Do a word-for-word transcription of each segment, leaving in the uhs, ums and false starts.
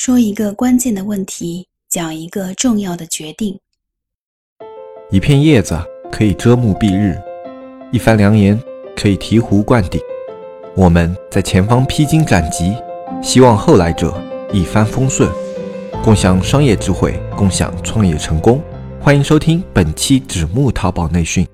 说一个关键的问题，讲一个重要的决定。 一片叶子可以遮目蔽日，一番良言可以醍醐灌顶。我们在前方披荆斩棘，希望后来者一帆风顺，共享商业智慧，共享创业成功。欢迎收听本期纸木淘宝内训。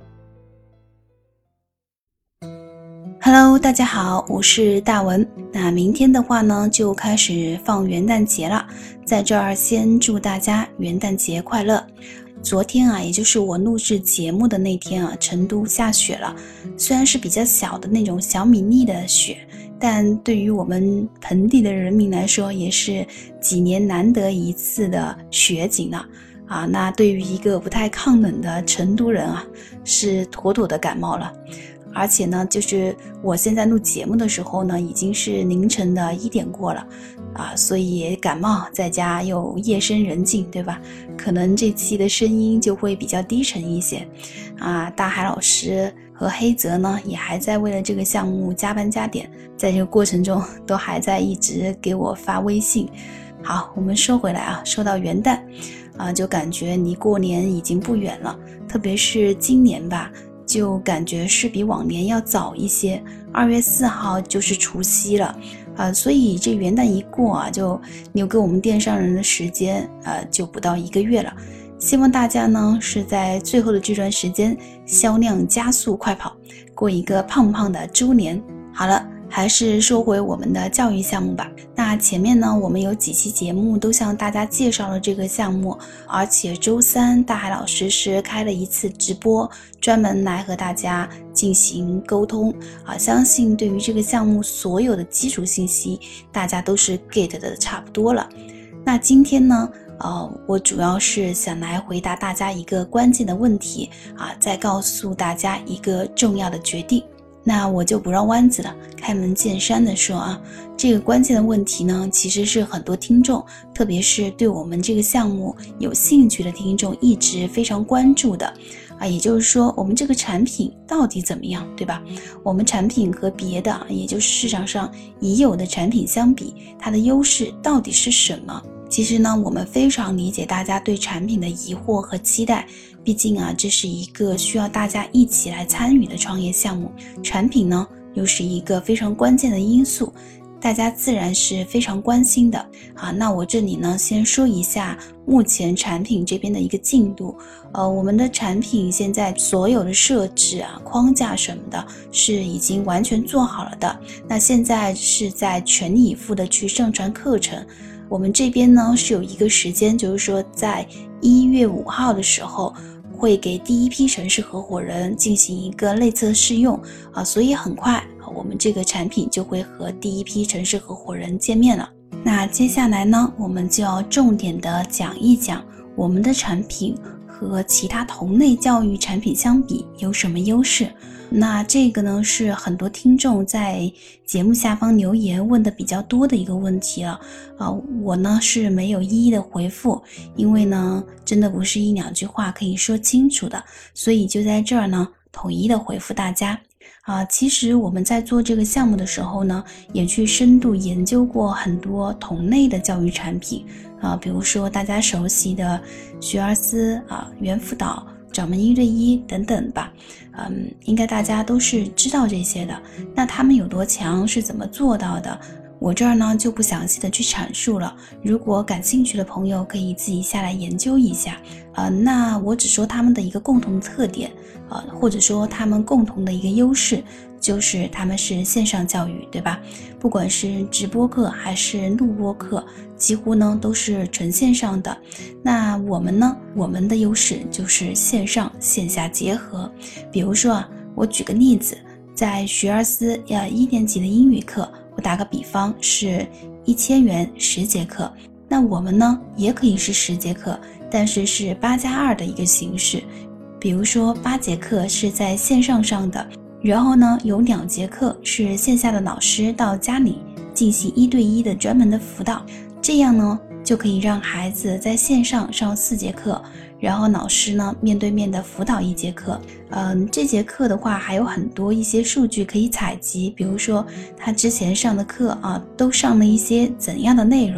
Hello， 大家好，我是大文。那明天的话呢，就开始放元旦节了，在这儿先祝大家元旦节快乐。昨天啊，也就是我录制节目的那天啊，成都下雪了，虽然是比较小的那种小米粒的雪，但对于我们盆地的人民来说，也是几年难得一次的雪景了啊。那对于一个不太抗冷的成都人啊，是妥妥的感冒了。而且呢，就是我现在录节目的时候呢，已经是凌晨的一点过了啊，所以也感冒，在家又夜深人静，对吧？可能这期的声音就会比较低沉一些啊。大海老师和黑泽呢，也还在为了这个项目加班加点，在这个过程中都还在一直给我发微信。好，我们说回来啊，说到元旦啊，就感觉离过年已经不远了，特别是今年吧。就感觉是比往年要早一些，二月四号就是除夕了，啊、呃，所以这元旦一过啊，就留给我们电商人的时间，呃，就不到一个月了。希望大家呢是在最后的这段时间销量加速快跑，过一个胖胖的猪年。好了。还是说回我们的教育项目吧。那前面呢，我们有几期节目都向大家介绍了这个项目，而且周三大海老师是开了一次直播，专门来和大家进行沟通啊。相信对于这个项目所有的基础信息，大家都是 get 的差不多了。那今天呢，呃，我主要是想来回答大家一个关键的问题啊，再告诉大家一个重要的决定。那我就不绕弯子了，开门见山的说啊，这个关键的问题呢，其实是很多听众，特别是对我们这个项目有兴趣的听众一直非常关注的啊，也就是说我们这个产品到底怎么样，对吧？我们产品和别的，也就是市场上已有的产品相比，它的优势到底是什么？其实呢，我们非常理解大家对产品的疑惑和期待，毕竟啊，这是一个需要大家一起来参与的创业项目，产品呢又是一个非常关键的因素，大家自然是非常关心的啊。那我这里呢，先说一下目前产品这边的一个进度。呃，我们的产品现在所有的设置啊、框架什么的，是已经完全做好了的。那现在是在全力以赴的去上传课程。我们这边呢是有一个时间，就是说在一月五号的时候，会给第一批城市合伙人进行一个内测试用啊，所以很快我们这个产品就会和第一批城市合伙人见面了。那接下来呢，我们就要重点的讲一讲我们的产品和其他同类教育产品相比有什么优势。那这个呢是很多听众在节目下方留言问的比较多的一个问题了啊、呃，我呢是没有一一的回复，因为呢真的不是一两句话可以说清楚的，所以就在这儿呢统一的回复大家啊。其实我们在做这个项目的时候呢，也去深度研究过很多同类的教育产品啊，比如说大家熟悉的学而思啊、猿辅导、掌门一对一等等吧，嗯，应该大家都是知道这些的。那他们有多强，是怎么做到的？我这儿呢就不详细的去阐述了，如果感兴趣的朋友可以自己下来研究一下。呃，那我只说他们的一个共同特点，呃，或者说他们共同的一个优势，就是他们是线上教育，对吧？不管是直播课还是录播课，几乎呢都是纯线上的。那我们呢，我们的优势就是线上线下结合。比如说啊，我举个例子，在学而思呃一年级的英语课，我打个比方是一千元十节课，那我们呢也可以是十节课，但是是八加二的一个形式。比如说八节课是在线上上的，然后呢有两节课是线下的老师到家里进行一对一的专门的辅导，这样呢就可以让孩子在线上上四节课，然后老师呢面对面的辅导一节课。嗯，这节课的话还有很多一些数据可以采集，比如说他之前上的课啊都上了一些怎样的内容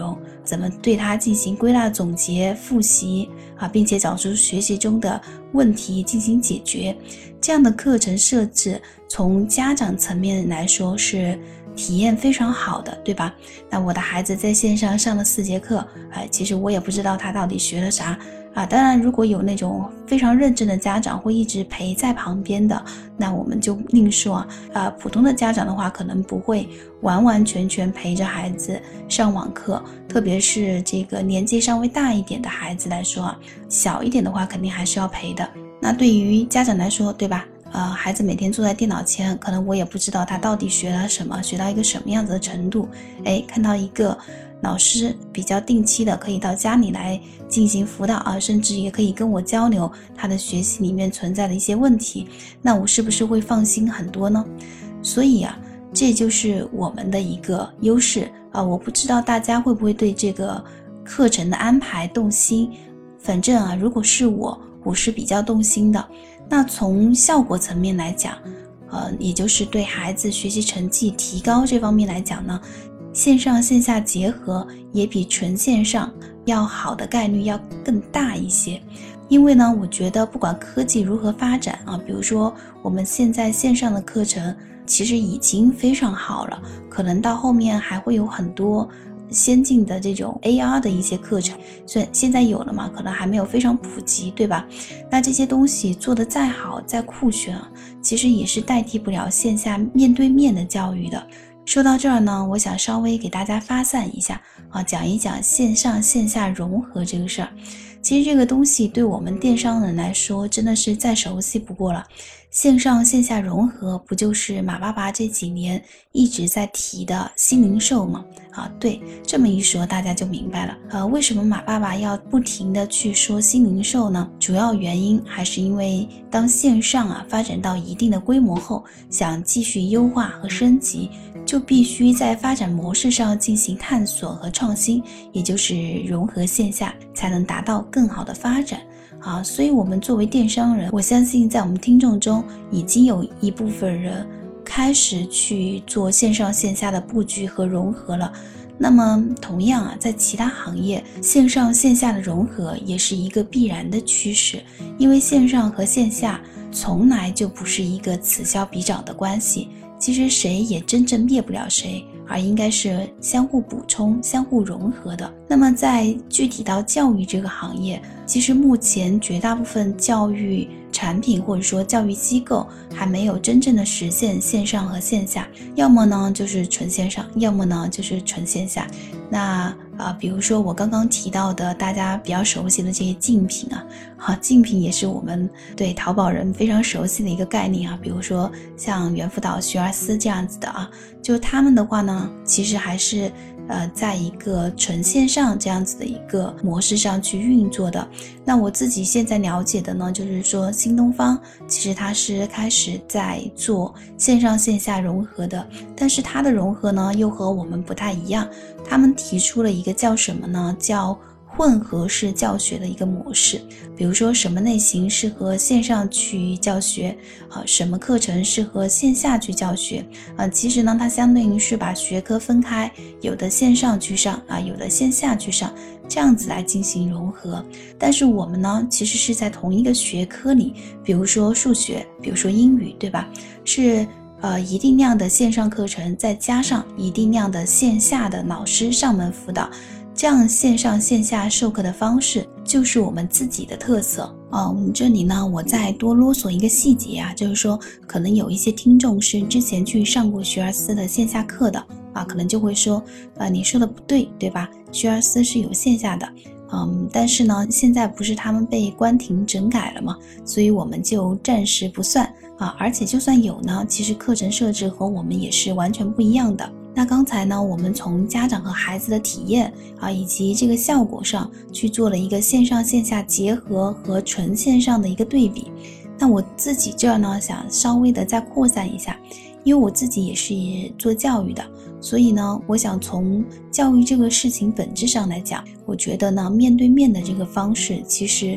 怎么对它进行归纳总结复习啊，并且找出学习中的问题进行解决。这样的课程设置从家长层面来说是体验非常好的，对吧？那我的孩子在线上上了四节课，哎，其实我也不知道他到底学了啥啊。当然如果有那种非常认真的家长会一直陪在旁边的，那我们就另说啊。呃，普通的家长的话可能不会完完全全陪着孩子上网课，特别是这个年纪稍微大一点的孩子来说啊，小一点的话肯定还是要陪的。那对于家长来说，对吧？呃，孩子每天坐在电脑前，可能我也不知道他到底学了什么，学到一个什么样子的程度。哎，看到一个老师比较定期的可以到家里来进行辅导啊，甚至也可以跟我交流他的学习里面存在的一些问题，那我是不是会放心很多呢？所以啊，这就是我们的一个优势啊。我不知道大家会不会对这个课程的安排动心，反正啊，如果是我，我是比较动心的。那从效果层面来讲，呃，也就是对孩子学习成绩提高这方面来讲呢，线上线下结合也比纯线上要好的概率要更大一些。因为呢，我觉得不管科技如何发展啊，比如说我们现在线上的课程其实已经非常好了，可能到后面还会有很多先进的这种 A R 的一些课程，所以现在有了嘛，可能还没有非常普及，对吧？那这些东西做得再好再酷炫啊，其实也是代替不了线下面对面的教育的。说到这儿呢，我想稍微给大家发散一下啊，讲一讲线上线下融合这个事儿。其实这个东西对我们电商人来说真的是再熟悉不过了。线上线下融合不就是马爸爸这几年一直在提的新零售吗？啊，对，这么一说大家就明白了。呃，为什么马爸爸要不停的去说新零售呢？主要原因还是因为当线上啊发展到一定的规模后，想继续优化和升级，就必须在发展模式上进行探索和创新，也就是融合线下，才能达到更好的发展。啊，所以我们作为电商人，我相信在我们听众中已经有一部分人开始去做线上线下的布局和融合了。那么同样啊，在其他行业，线上线下的融合也是一个必然的趋势，因为线上和线下从来就不是一个此消彼长的关系，其实谁也真正灭不了谁，而应该是相互补充相互融合的。那么在具体到教育这个行业，其实目前绝大部分教育产品或者说教育机构还没有真正的实现线上和线下，要么呢就是纯线上，要么呢就是纯线下。那啊，比如说我刚刚提到的大家比较熟悉的这些竞品啊，好，竞品也是我们对淘宝人非常熟悉的一个概念啊。比如说像猿辅导、学而思这样子的啊，就他们的话呢，其实还是呃，在一个纯线上这样子的一个模式上去运作的。那我自己现在了解的呢，就是说新东方其实它是开始在做线上线下融合的，但是它的融合呢又和我们不太一样，他们提出了一个叫什么呢，叫混合式教学的一个模式。比如说什么类型适合线上去教学啊，什么课程适合线下去教学啊，其实呢它相当于是把学科分开，有的线上去上啊，有的线下去上，这样子来进行融合。但是我们呢其实是在同一个学科里，比如说数学，比如说英语，对吧？是呃，一定量的线上课程，再加上一定量的线下的老师上门辅导，这样线上线下授课的方式就是我们自己的特色。嗯，这里呢我再多啰嗦一个细节啊，就是说可能有一些听众是之前去上过学而思的线下课的啊，可能就会说呃，你说的不对，对吧？学而思是有线下的，嗯，但是呢现在不是他们被关停整改了吗？所以我们就暂时不算啊，而且就算有呢，其实课程设置和我们也是完全不一样的。那刚才呢我们从家长和孩子的体验啊，以及这个效果上去做了一个线上线下结合和纯线上的一个对比。那我自己这儿呢想稍微的再扩散一下，因为我自己也是做教育的，所以呢我想从教育这个事情本质上来讲，我觉得呢面对面的这个方式其实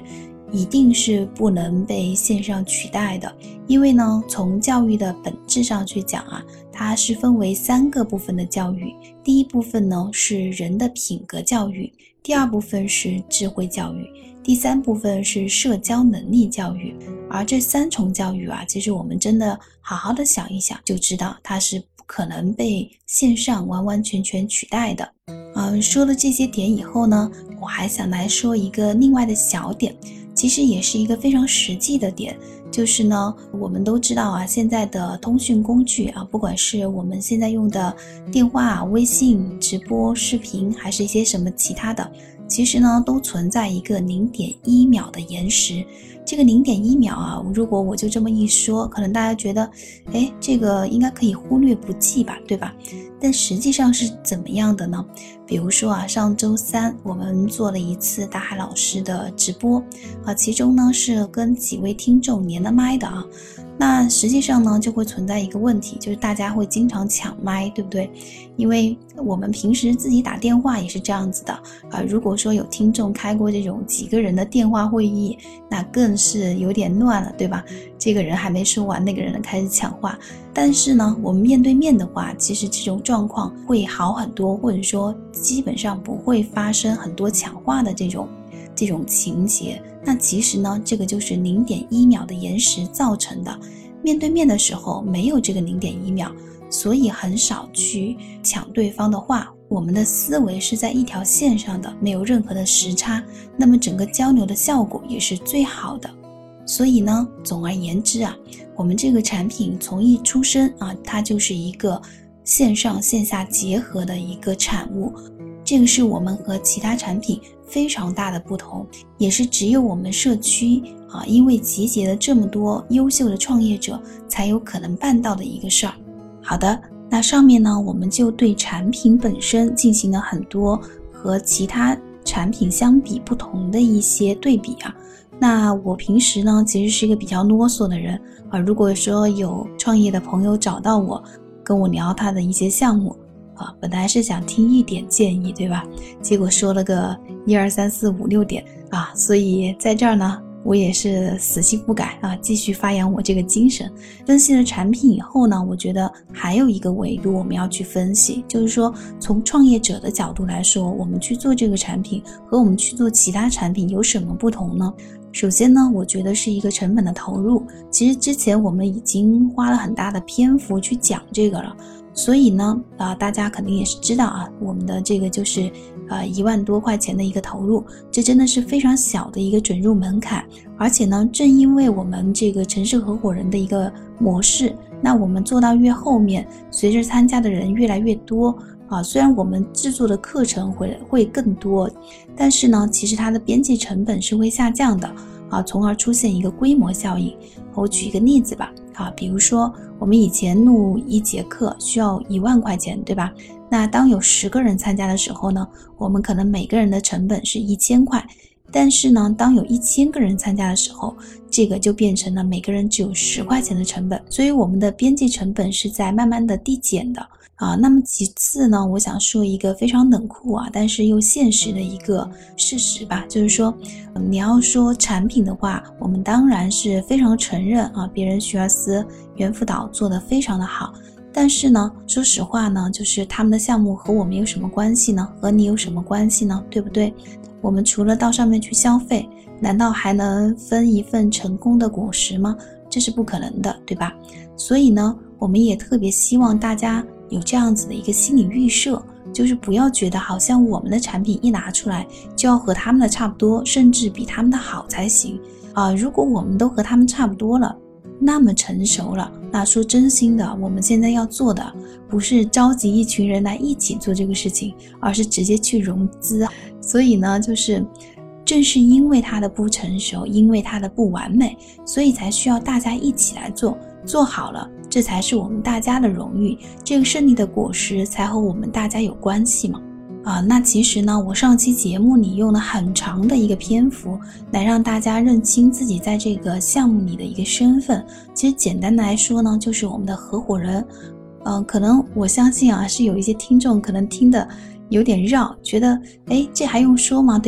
一定是不能被线上取代的。因为呢，从教育的本质上去讲啊，它是分为三个部分的教育。第一部分呢是人的品格教育，第二部分是智慧教育，第三部分是社交能力教育。而这三重教育啊，其实我们真的好好的想一想，就知道它是不可能被线上完完全全取代的。嗯，说了这些点以后呢，我还想来说一个另外的小点，其实也是一个非常实际的点，就是呢，我们都知道啊，现在的通讯工具啊，不管是我们现在用的电话、微信、直播、视频，还是一些什么其他的，其实呢，都存在一个 零点一秒的延时。这个 零点一秒啊，如果我就这么一说，可能大家觉得，诶，这个应该可以忽略不计吧，对吧？但实际上是怎么样的呢？比如说啊，上周三我们做了一次大海老师的直播啊，其中呢是跟几位听众连了麦的啊。那实际上呢，就会存在一个问题，就是大家会经常抢麦，对不对？因为我们平时自己打电话也是这样子的啊。如果说有听众开过这种几个人的电话会议，那更是有点乱了，对吧？这个人还没说完，那个人开始抢话。但是呢，我们面对面的话，其实这种状况会好很多，或者说基本上不会发生很多抢话的这种这种情节。那其实呢，这个就是 零点一秒的延时造成的。面对面的时候没有这个 零点一秒，所以很少去抢对方的话，我们的思维是在一条线上的，没有任何的时差，那么整个交流的效果也是最好的。所以呢，总而言之啊，我们这个产品从一出生啊，它就是一个线上线下结合的一个产物。这个是我们和其他产品非常大的不同，也是只有我们社区啊，因为集结了这么多优秀的创业者才有可能办到的一个事儿。好的，那上面呢，我们就对产品本身进行了很多和其他产品相比不同的一些对比啊。那我平时呢，其实是一个比较啰嗦的人啊。如果说有创业的朋友找到我，跟我聊他的一些项目啊，本来是想听一点建议，对吧？结果说了个一二三四五六点啊，所以在这儿呢，我也是死性不改啊，继续发扬我这个精神。分析了产品以后呢，我觉得还有一个维度我们要去分析，就是说从创业者的角度来说，我们去做这个产品和我们去做其他产品有什么不同呢？首先呢，我觉得是一个成本的投入。其实之前我们已经花了很大的篇幅去讲这个了。所以呢，啊、呃，大家肯定也是知道啊，我们的这个就是呃一万多块钱的一个投入，这真的是非常小的一个准入门槛。而且呢，正因为我们这个城市合伙人的一个模式，那我们做到越后面，随着参加的人越来越多啊，虽然我们制作的课程会会更多，但是呢，其实它的边际成本是会下降的啊，从而出现一个规模效应。我举一个例子吧。啊，比如说我们以前录一节课需要一万块钱，对吧？那当有十个人参加的时候呢，我们可能每个人的成本是一千块。但是呢，当有一千个人参加的时候，这个就变成了每个人只有十块钱的成本。所以我们的边际成本是在慢慢的递减的啊。那么其次呢，我想说一个非常冷酷啊，但是又现实的一个事实吧，就是说，嗯、你要说产品的话，我们当然是非常承认啊，别人徐尔斯、猿辅导做得非常的好。但是呢，说实话呢，就是他们的项目和我们有什么关系呢？和你有什么关系呢？对不对？我们除了到上面去消费，难道还能分一份成功的果实吗？这是不可能的，对吧？所以呢，我们也特别希望大家有这样子的一个心理预设，就是不要觉得好像我们的产品一拿出来就要和他们的差不多，甚至比他们的好才行啊！如果我们都和他们差不多了，那么成熟了，那说真心的，我们现在要做的不是召集一群人来一起做这个事情，而是直接去融资。所以呢，就是正是因为它的不成熟，因为它的不完美，所以才需要大家一起来做，做好了，这才是我们大家的荣誉，这个胜利的果实才和我们大家有关系嘛。啊，那其实呢，我上期节目里用了很长的一个篇幅来让大家认清自己在这个项目里的一个身份。其实简单的来说呢，就是我们的合伙人。嗯、呃，可能我相信啊，是有一些听众可能听得有点绕，觉得诶，这还用说吗？对吧？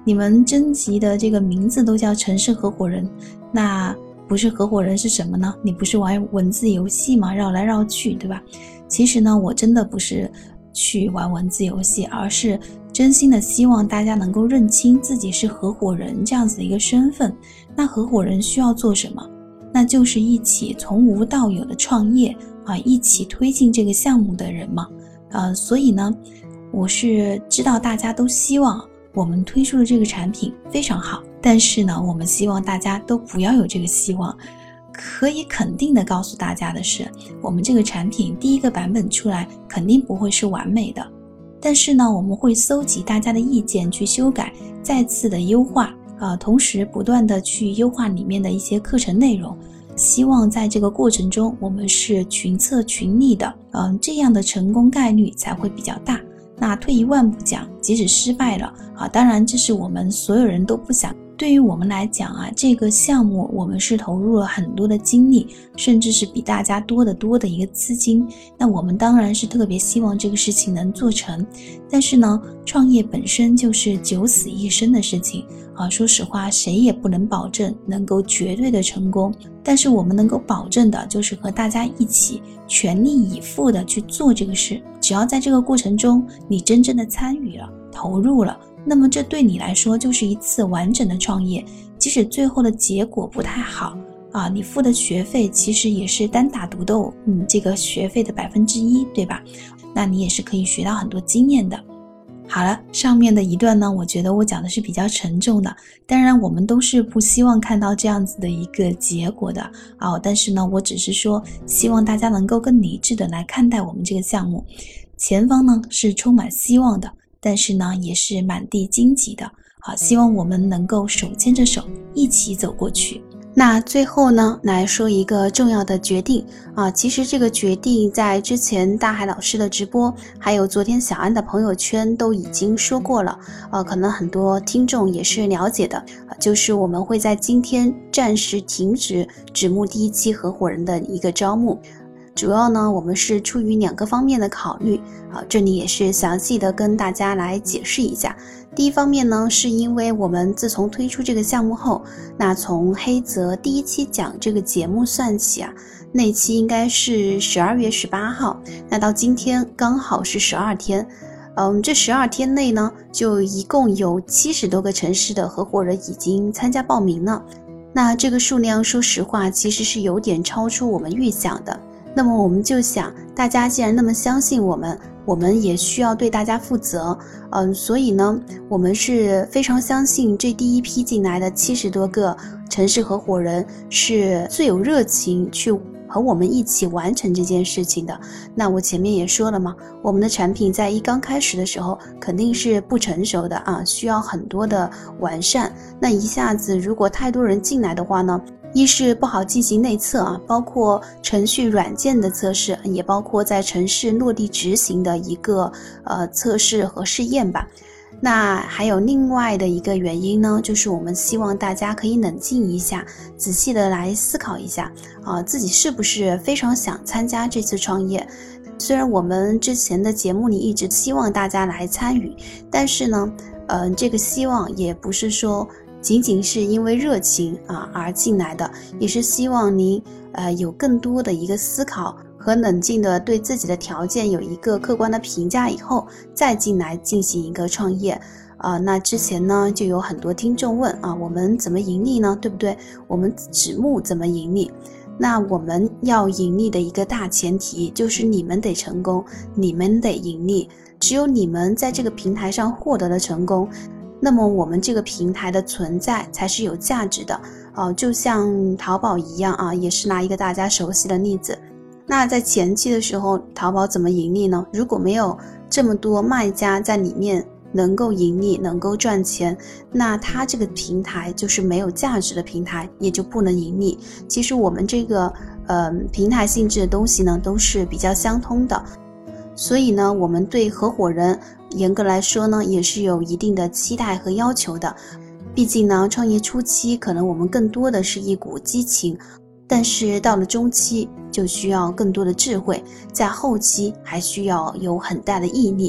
你们征集的这个名字都叫城市合伙人，那不是合伙人是什么呢？你不是玩文字游戏吗？绕来绕去，对吧？其实呢，我真的不是去玩文字游戏，而是真心的希望大家能够认清自己是合伙人这样子的一个身份。那合伙人需要做什么？那就是一起从无到有的创业啊，一起推进这个项目的人嘛。呃，所以呢，我是知道大家都希望我们推出的这个产品非常好，但是呢，我们希望大家都不要有这个希望。可以肯定的告诉大家的是，我们这个产品第一个版本出来肯定不会是完美的，但是呢，我们会搜集大家的意见去修改，再次的优化，呃，同时不断的去优化里面的一些课程内容，希望在这个过程中我们是群策群力的，嗯、呃，这样的成功概率才会比较大。那退一万步讲，即使失败了啊，当然这是我们所有人都不想。对于我们来讲啊，这个项目我们是投入了很多的精力，甚至是比大家多得多的一个资金。那我们当然是特别希望这个事情能做成，但是呢，创业本身就是九死一生的事情啊。说实话，谁也不能保证能够绝对的成功，但是我们能够保证的就是和大家一起全力以赴的去做这个事。只要在这个过程中，你真正的参与了，投入了，那么这对你来说就是一次完整的创业。即使最后的结果不太好啊，你付的学费其实也是单打独斗，嗯，这个学费的百分之一，对吧？那你也是可以学到很多经验的。好了，上面的一段呢，我觉得我讲的是比较沉重的，当然我们都是不希望看到这样子的一个结果的啊。但是呢，我只是说希望大家能够更理智的来看待我们这个项目，前方呢是充满希望的，但是呢也是满地荆棘的啊，希望我们能够手牵着手一起走过去。那最后呢，来说一个重要的决定啊，其实这个决定在之前大海老师的直播，还有昨天小安的朋友圈都已经说过了，呃，可能很多听众也是了解的，啊，就是我们会在今天暂时停止指目第一期合伙人的一个招募。主要呢，我们是出于两个方面的考虑啊，这里也是详细的跟大家来解释一下。第一方面呢，是因为我们自从推出这个项目后，那从黑泽第一期讲这个节目算起啊，那期应该是十二月十八号，那到今天刚好是十二天。嗯，这十二天内呢，就一共有七十多个城市的合伙人已经参加报名了。那这个数量说实话其实是有点超出我们预想的。那么我们就想，大家既然那么相信我们，我们也需要对大家负责。嗯，所以呢，我们是非常相信这第一批进来的七十多个城市合伙人是最有热情去和我们一起完成这件事情的。那我前面也说了嘛，我们的产品在一刚开始的时候肯定是不成熟的啊，需要很多的完善。那一下子如果太多人进来的话呢，一是不好进行内测啊，包括程序软件的测试，也包括在城市落地执行的一个呃测试和试验吧。那还有另外的一个原因呢，就是我们希望大家可以冷静一下，仔细的来思考一下啊、呃，自己是不是非常想参加这次创业。虽然我们之前的节目里一直希望大家来参与，但是呢，呃，这个希望也不是说仅仅是因为热情啊而进来的，也是希望您呃有更多的一个思考和冷静的对自己的条件有一个客观的评价以后，再进来进行一个创业。啊、呃，那之前呢就有很多听众问啊，我们怎么盈利呢？对不对？我们指目怎么盈利？那我们要盈利的一个大前提就是你们得成功，你们得盈利。只有你们在这个平台上获得了成功，那么我们这个平台的存在才是有价值的。哦、呃，就像淘宝一样啊，也是拿一个大家熟悉的例子。那在前期的时候，淘宝怎么盈利呢？如果没有这么多卖家在里面能够盈利，能够赚钱，那它这个平台就是没有价值的平台，也就不能盈利。其实我们这个呃平台性质的东西呢，都是比较相通的。所以呢，我们对合伙人严格来说呢，也是有一定的期待和要求的。毕竟呢，创业初期可能我们更多的是一股激情，但是到了中期就需要更多的智慧，在后期还需要有很大的毅力。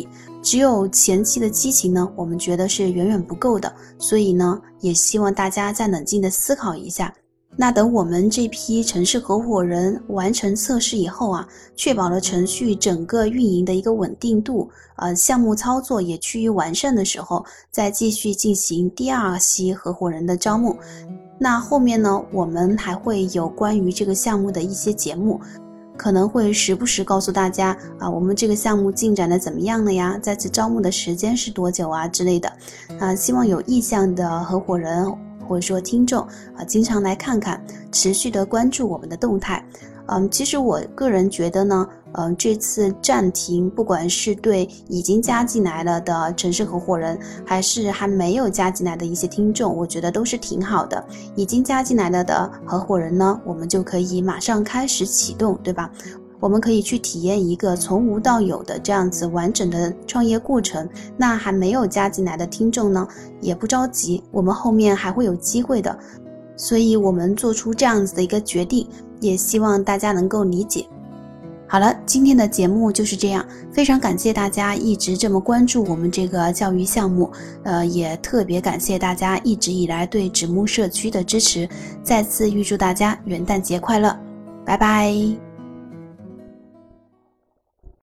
只有前期的激情呢，我们觉得是远远不够的，所以呢，也希望大家再冷静的思考一下。那等我们这批城市合伙人完成测试以后啊，确保了程序整个运营的一个稳定度，呃，项目操作也趋于完善的时候，再继续进行第二期合伙人的招募。那后面呢，我们还会有关于这个项目的一些节目，可能会时不时告诉大家啊，我们这个项目进展的怎么样了呀？再次招募的时间是多久啊之类的。啊，希望有意向的合伙人或者说听众啊，经常来看看，持续的关注我们的动态。嗯，其实我个人觉得呢，嗯，这次暂停，不管是对已经加进来了的城市合伙人，还是还没有加进来的一些听众，我觉得都是挺好的。已经加进来了的合伙人呢，我们就可以马上开始启动，对吧？我们可以去体验一个从无到有的这样子完整的创业过程。那还没有加进来的听众呢，也不着急，我们后面还会有机会的。所以我们做出这样子的一个决定，也希望大家能够理解。好了，今天的节目就是这样，非常感谢大家一直这么关注我们这个教育项目，呃，也特别感谢大家一直以来对纸木社区的支持，再次预祝大家元旦节快乐，拜拜。